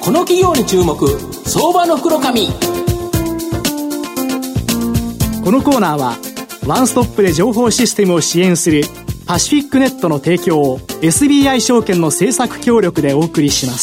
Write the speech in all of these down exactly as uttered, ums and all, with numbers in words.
この企業に注目、相場の袋紙。 このコーナーはワンストップで情報システムを支援するパシフィックネットの提供を エスビーアイ 証券の政策協力でお送りします。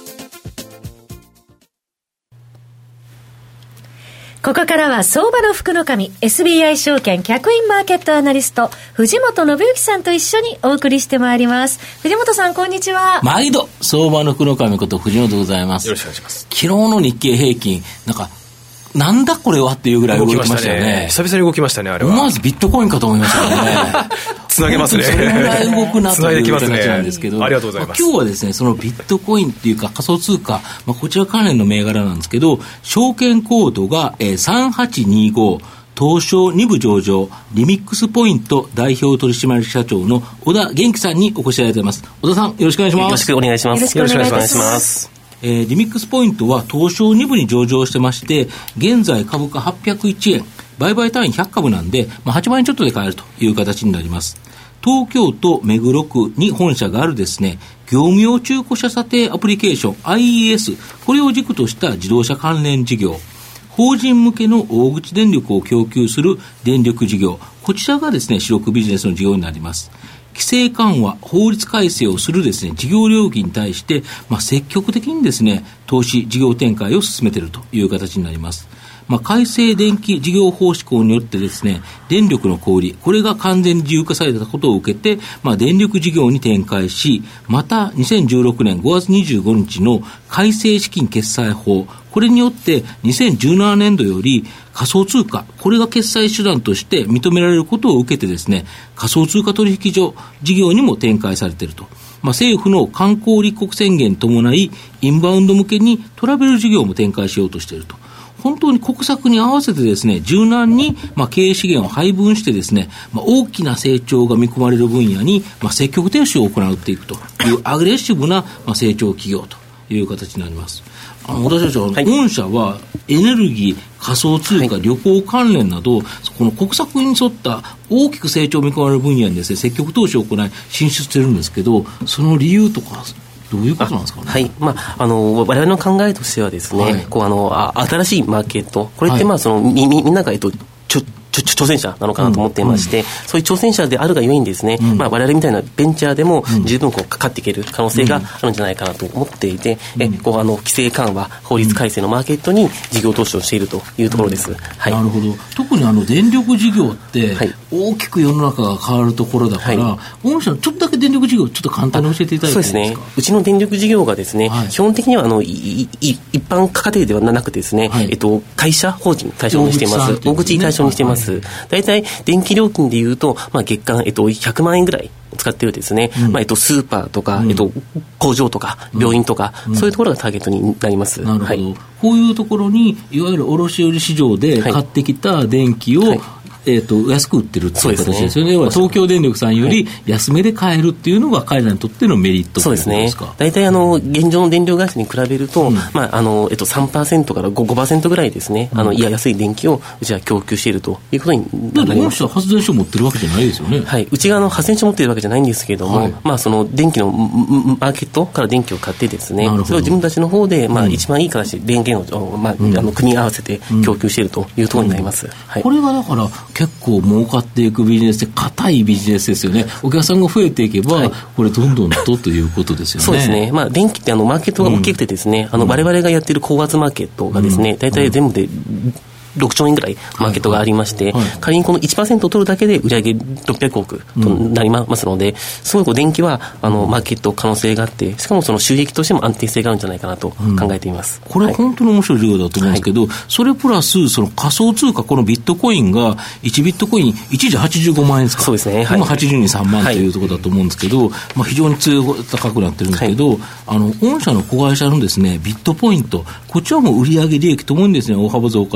ここからは相場の福の神 エスビーアイ 証券客員マーケットアナリスト藤本信之さんと一緒にお送りしてまいります。藤本さん、こんにちは。 毎度相場の福の神こと藤本でございます。 よろしくお願いします。 昨日の日経平均、なんかなんだこれはっていうぐらい動きましたよね。 久々に動きましたね。あれは思わずビットコインかと思いましたよね。 つなげますね。 それぐらい動くなという形なんですけど、 ね、ありがとうございます。 まあ、今日はですね、そのビットコインっていうか仮想通貨、まあ、こちら関連の銘柄なんですけど、証券コードが、えー、さんはちにご、東証に部上場リミックスポイント代表取締役社長の小田元気さんにお越しいただいています。小田さん、よろしくお願いします。 よろしくお願いします。 よろしくお願いします。 えー、リミックスポイントは東証に部に上場してまして、現在株価はっぴゃくいちえん、売買単位ひゃくかぶなんで、まあ、はちまんえんちょっとで買えるという形になります。東京都目黒区に本社があるですね、業務用中古車査定アプリケーション アイイーエス、これを軸とした自動車関連事業、法人向けの大口電力を供給する電力事業、こちらがですね、主力ビジネスの事業になります。規制緩和、法律改正をするですね、事業領域に対して、まあ、積極的にですね、投資、事業展開を進めているという形になります。まあ、改正電気事業法施行によってですね、電力の小売、これが完全に自由化されたことを受けて、まあ、電力事業に展開し、またにせんじゅうろくねんごがつにじゅうごにちの改正資金決済法、これによってにせんじゅうななねんどより仮想通貨、これが決済手段として認められることを受けてですね、仮想通貨取引所事業にも展開されていると。まあ、政府の観光立国宣言に伴い、インバウンド向けにトラベル事業も展開しようとしていると。本当に国策に合わせてですね、柔軟に、まあ、経営資源を配分してですね、まあ、大きな成長が見込まれる分野に、まあ、積極投資を行っていくというアグレッシブな、まあ、成長企業という形になります。あの、小田社長、はい、本社はエネルギー、仮想通貨、はい、旅行関連など、この国策に沿った大きく成長を見込まれる分野にですね、積極投資を行い進出しているんですけど、その理由とかどういうことなんですかね。 はい、まあ、あの我々の考えとしてはですね、はい、こうあのあ新しいマーケット、これってまあその、はい、み, みんなが、えっと、ちょ挑戦者なのかなと思っていまして、うんうん、そういう挑戦者であるがゆえにですね、うんまあ、我々みたいなベンチャーでも十分こうかかっていける可能性があるんじゃないかなと思っていて、うん、えこうあの規制緩和、法律改正のマーケットに事業投資をしているというところです、うんはい、 なるほど。特にあの電力事業って大きく世の中が変わるところだから、はい、御社のちょっとだけ電力事業ちょっと簡単に教えていただいていいですか。そうですね、 うちの電力事業がですね、はい、基本的にはあのいい一般家庭ではなくてですね、はいえっと、会社法人対象にしています。大口対象にしています。大体電気料金でいうと、まあ、月間、えっと、ひゃくまんえんぐらい使っているですね、うんまあえっと、スーパーとか、うんえっと、工場とか病院とか、うん、そういうところがターゲットになります。 なるほど、 はい、 こういうところにいわゆる卸売市場で買ってきた電気を、はいはいえー、と安く売ってるっていう形ですよね。要は東京電力さんより安めで買えるっていうのが彼らにとってのメリットということですか。そうですね。 大体あの現状の電力会社に比べると、うんまああのえっと、さんパーセント から ごパーセント ぐらいですね、うん、あのいや安い電気をうちは供給しているということになります。 だって御社は発電所を持ってるわけじゃないですよね。 はい、うちがあの発電所を持っているわけじゃないんですけれども、はいまあ、その電気のマーケットから電気を買ってですね、それを自分たちの方で、まあ、一番いい形で電源を、まあうん、あの組み合わせて供給しているというところになります、うんはい、 これがだから結構儲かっていくビジネスで硬いビジネスですよね。お客さんが増えていけば、はい、これどんどんとということですよね。 そうですね、まあ、電気ってあのマーケットが大きくてですね、うん、あの我々がやっている高圧マーケットがですね、うん、大体全部でろくちょうえんぐらいマーケットがありまして、はいはい、仮にこの いちパーセント を取るだけで売上ろっぴゃくおくとなりますので、うん、すごいこう電気はあのマーケット可能性があって、しかもその収益としても安定性があるんじゃないかなと考えています、 うん、これは本当に面白い事業だと思うんですけど、はい、それプラスその仮想通貨、このビットコインがいちビットコイン一時はちじゅうごまんえんですか。 そうですね、はい、 今はちじゅうにさんまんというところだと思うんですけど、はいまあ、非常に強い高くなってるんですけど、はい、あの御社の子会社のですねビットポイント、こちらも売上利益ともにですね大幅増加し、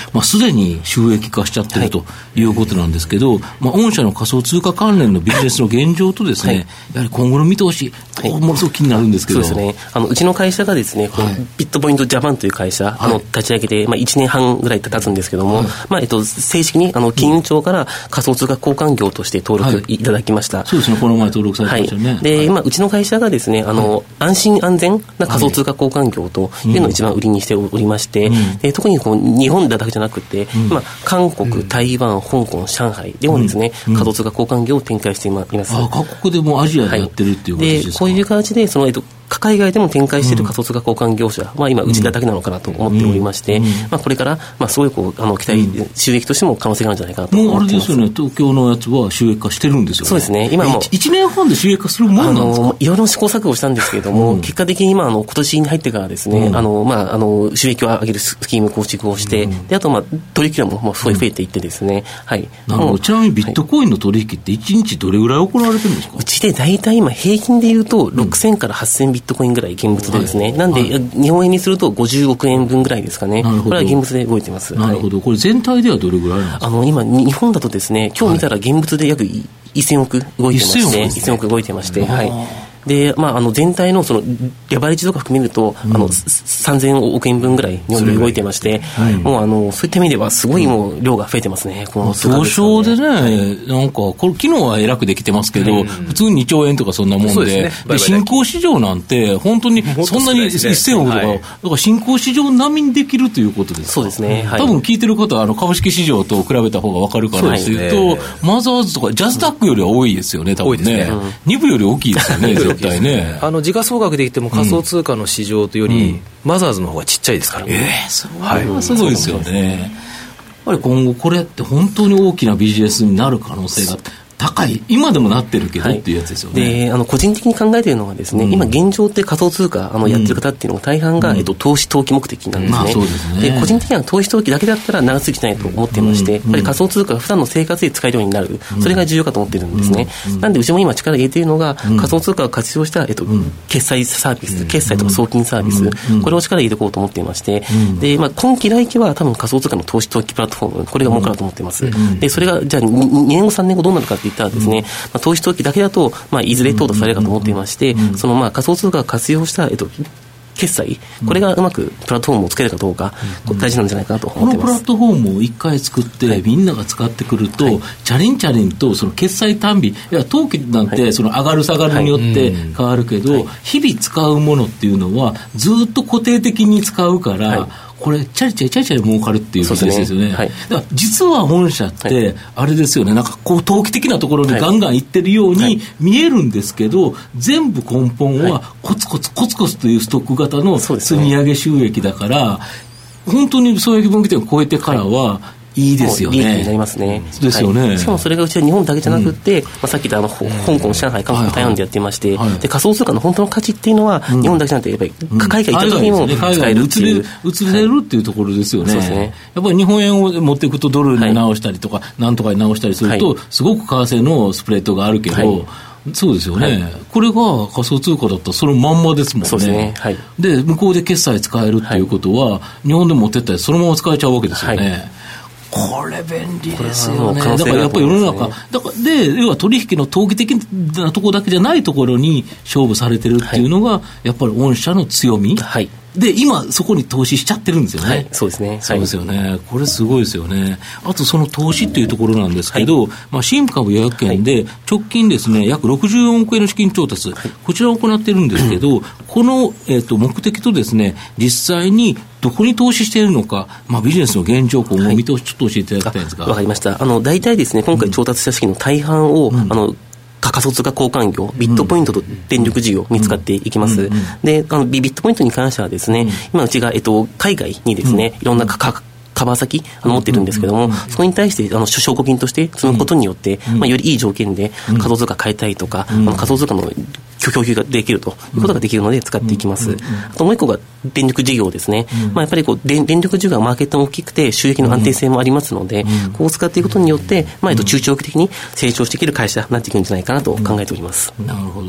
まあ、すでに収益化しちゃってるということなんですけど、はい、まあ、御社の仮想通貨関連のビジネスの現状とですね、はい、やはり今後の見通し、はい、ものすごく気になるんですけど。 そうですね。あのうちの会社がですね、はい、このビットポイントジャパンという会社、はい、あの立ち上げて、まあ、いちねんはんぐらい経つんですけども、はい、まあえっと、正式にあの金融庁から仮想通貨交換業として登録いただきました。はい、 そうですね。この前登録されてましたよね。 はい、で、はい、まあ、うちの会社がですね、あの、はい、安心安全な仮想通貨交換業というのを一番売りにしておりまして、うん、で特にこう日本だけじゃなくて、うん、まあ、韓国、台湾、香港、上海でもですね、うん、仮想通貨交換業を展開しています。 あ、各国でもアジアでやってるっていう形ですか。 はい、でこういう形でその、えっと海外でも展開している仮想通貨交換業者は、うん、今うちだけなのかなと思っておりまして、うんうん、まあ、これから、まあ、すごいこうあの期待、うん、収益としても可能性があるんじゃないかなと思っています。 もうあれですよね、東京のやつは収益化してるんですよね。 そうですね。今もいちねんはんで収益化するものなんですか。あのいろいろ試行錯誤したんですけれども、うん、結果的に今あの今年に入ってからですね、うん、あのまあ、あの収益を上げるスキーム構築をして、うん、であと、まあ、取引量もまあ増えていってですね、うん、はい、 なるほど。ちなみにビットコインの取引っていちにちどれぐらい行われてるんですか。 うちで大体今平均でいうとろくせんからはっせんビットコインぐらい現物でですね、はい、なんで、はい、日本円にするとごじゅうおくえんぶんぐらいですかね。これは現物で動いてます。 なるほど、はい、これ全体ではどれぐらいなんですか。 あの今日本だとですね、今日見たら現物で約せんおく動いてまして、せんおく動いてまして、はい。で、まあ、あの全体のそのレバレッジとか含めると、うん、あのさんぜんおくえんぶんぐらい日本で動いてまして、はい、もうあのそういった意味ではすごいもう量が増えてますね。この東証でね、なんかこれ昨日は偉くできてますけど、うん、普通ににちょうえんとかそんなもん で, で、ね、で新興市場なんて本当にそんなにせんおくとか、はい、だから新興市場並みにできるということですか。 そうですね、はい、 多分聞いてる方はあの株式市場と比べた方が分かるからというと、はい、マザーズとかジャスダックよりは多いですよね、多分ね、うん、にぶより大きいですよね絶対ね。 あの時価総額で言っても仮想通貨の市場というより、うん、マザーズの方がちっちゃいですから、ね、 えー、それはすごいですよね、はい、やっぱり今後これって本当に大きなビジネスになる可能性が高い、今でもなってるけど、はい、っていうやつですよね。 で、あの個人的に考えているのはですね、うん、今現状って仮想通貨あのやってる方っていうのが大半が、うん、えっと、投資投機目的なんですね。まあ、そうですね。で個人的には投資投機だけだったら長続きしないと思っていまして、うん、やっぱり仮想通貨が普段の生活で使えるようになる、うん、それが重要かと思っているんですね、うん、なんでうちも今力入れているのが、うん、仮想通貨を活用した、えっと、うん、決済サービス、決済とか送金サービス、うん、これを力入れていこうと思っていまして、うん、で、まあ、今期来期は多分仮想通貨の投資投機プラットフォーム、これが儲かると思っています、うん、でそれがじゃあにねんごさんねんごどうなるかって言ったらですね、まあ、投資投機だけだと、まあ、いずれ淘汰されるかと思っていまして、そのまあ仮想通貨を活用した、えっと、決済、これがうまくプラットフォームをつけるかどうか、うん、大事なんじゃないかなと思っています。 このプラットフォームを一回作って、はい、みんなが使ってくると、はい、チャリンチャリンとその決済単美、いや当期なんてその上がる下がるによって変わるけど、はい、日々使うものっていうのはずっと固定的に使うから、はい、これチャリチャリチャリチャリ儲かるっていうビジネスですよね。はい、だから実は御社ってあれですよね、なんかこう投機的なところにガンガンいってるように見えるんですけど、全部根本はコツコツコツコツというストック型の積み上げ収益だから、本当に損益分岐点を超えてからはいいですよね。 利益になりますね。 ですよね、はい、 しかもそれがうちは日本だけじゃなくて、うん、まあ、さっき言ったあの香港、上海、韓国、台湾でやってまして、はいはい、で仮想通貨の本当の価値っていうのは、うん、日本だけじゃなくてやっぱり海外行った時にも使えるっていう、 うん、移れるっていうところですよね。はい、そうですね。やっぱり日本円を持っていくとドルに直したりとか、はい、なんとかに直したりすると、はい、すごく為替のスプレッドがあるけど、はい、そうですよね、はい、これが仮想通貨だったらそのまんまですもんね。 そうですね、はい、 で向こうで決済使えるっていうことは、はい、日本で持ってったらそのまま使えちゃうわけですよね。はい、これ便利ですよね。だからやっぱり世の中だからで、要は取引の投機的なところだけじゃないところに勝負されてるっていうのが、はい、やっぱり御社の強み、はい、で今そこに投資しちゃってるんですよね。はい、 そうですね。 そうですよね、はい、これすごいですよね。あとその投資っていうところなんですけど、はい、まあ、新株予約権で直近ですね、約ろくじゅうよんおくえんの資金調達、はい、こちらを行っているんですけど、この、えーと、目的とですね、実際にどこに投資しているのか、まあ、ビジネスの現状、今後見通し、ちょっと教えていただきたいんですが。 わかりました。あの大体ですね、今回調達した資金の大半を、うん、あの仮想通貨交換業、ビットポイントと電力事業に使っていきます。うんうん、で、あのビットポイントに関してはですね、うん、今うちが、えっと、海外にですね、いろんな価格カバー先あの持ってるんですけども、うんうんうん、そこに対してあの証拠金として積むことによって、うん、まあ、よりいい条件で仮想通貨買えたりとか、うん、あの仮想通貨の供給ができるということができるので使っていきます。うんうんうん、あともう一個が電力事業ですね。うん、まあ、やっぱりこう電力事業はマーケットも大きくて収益の安定性もありますので、うん、ここを使っていくことによって、まあ、えっと中長期的に成長していける会社になっていくんじゃないかなと考えております。 うん、なるほど。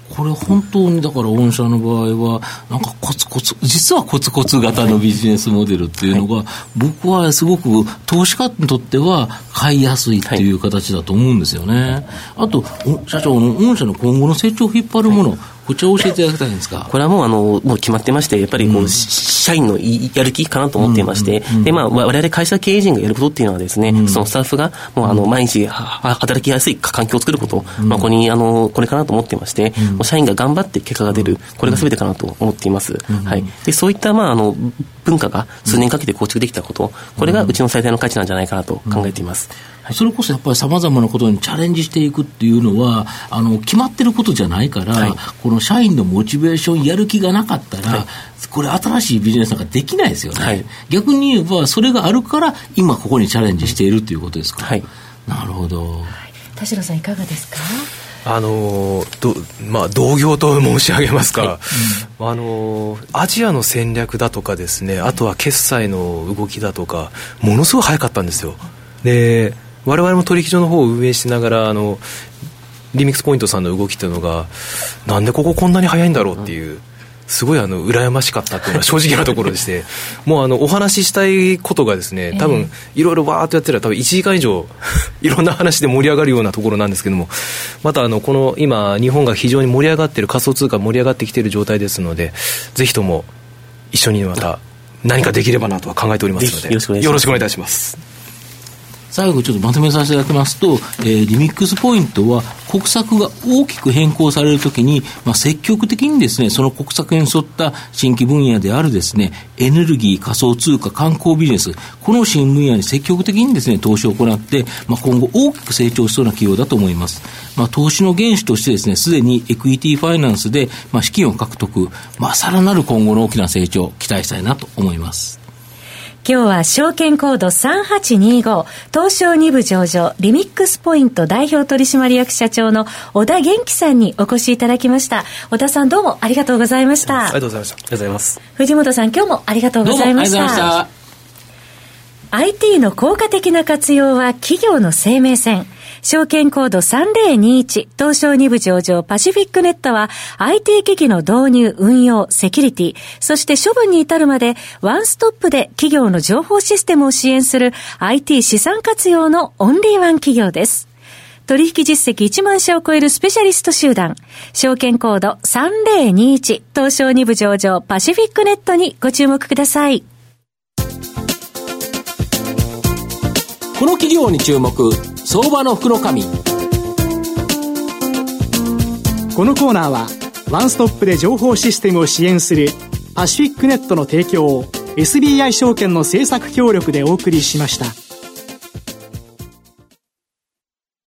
これ本当にだから御社の場合はなんかコツコツ実はコツコツ型のビジネスモデルっていうのが、はい、僕はすごく投資家にとっては買いやすいっていう形だと思うんですよね。あと社長の御社の今後の成長を引っ張るもの、はい、こちらを教えていただきたいんですか。 これはもうあのもう決まってまして、やっぱりこう、うん、社員のやる気かなと思っていまして、うんうんうん、でまあ我々会社経営陣がやることっていうのはですね、うん、そのスタッフがもうあの毎日働きやすい環境を作ること、うん、まあここにあのこれかなと思っていまして、うん、もう社員が頑張って結果が出る、これが全てかなと思っています。うん、はい。でそういったまああの文化が数年かけて構築できたこと、これがうちの最大の価値なんじゃないかなと考えています。うんそれこそやっぱり様々なことにチャレンジしていくっていうのはあの決まってることじゃないから、はい、この社員のモチベーションやる気がなかったら、はい、これ新しいビジネスなんかできないですよね、はい、逆に言えばそれがあるから今ここにチャレンジしているということですか、はい、なるほど、はい、 田代さんいかがですか。 あのどまあ、同業と申し上げますか、はいうん、あのアジアの戦略だとかですね、あとは決済の動きだとかものすごい早かったんですよ。で我々も取引所の方を運営しながらあのリミックスポイントさんの動きというのがなんでこここんなに早いんだろうっていうすごいあの羨ましかったっていうのは正直なところでしてもうあのお話ししたいことがですね多分いろいろわーっとやってたら多分いちじかん以上いろんな話で盛り上がるようなところなんですけども、またあのこの今日本が非常に盛り上がっている仮想通貨盛り上がってきている状態ですので、ぜひとも一緒にまた何かできればなとは考えておりますのでよろしくお願いいたします。 最後ちょっとまとめさせていただきますと、えー、リミックスポイントは国策が大きく変更されるときに、まあ、積極的にですねその国策に沿った新規分野であるですねエネルギー、仮想通貨、観光ビジネス、この新分野に積極的にですね投資を行って、まあ、今後大きく成長しそうな企業だと思います。まあ、投資の原資としてですねすでにエクイティファイナンスで、まあ、資金を獲得、まあ、さらなる今後の大きな成長を期待したいなと思います。 今日は証券コードさんはちにご東証に部上場リミックスポイント代表取締役社長の小田元気さんにお越しいただきました。小田さんどうもありがとうございました。 ありがとうございました。ありがとうございます。 藤本さん今日もありがとうございました。 どうもありがとうございました。 アイティー の効果的な活用は企業の生命線。証券コードさんぜろにいち東証に部上場パシフィックネットは アイティー 機器の導入、運用、セキュリティ、そして処分に至るまでワンストップで企業の情報システムを支援する アイティー 資産活用のオンリーワン企業です。取引実績いちまん社を超えるスペシャリスト集団、証券コードさんぜろにいち東証に部上場パシフィックネットにご注目ください。 この企業に注目、相場の福の神。 このコーナーはワンストップで情報システムを支援するパシフィックネットの提供を エスビーアイ 証券の政策協力でお送りしました。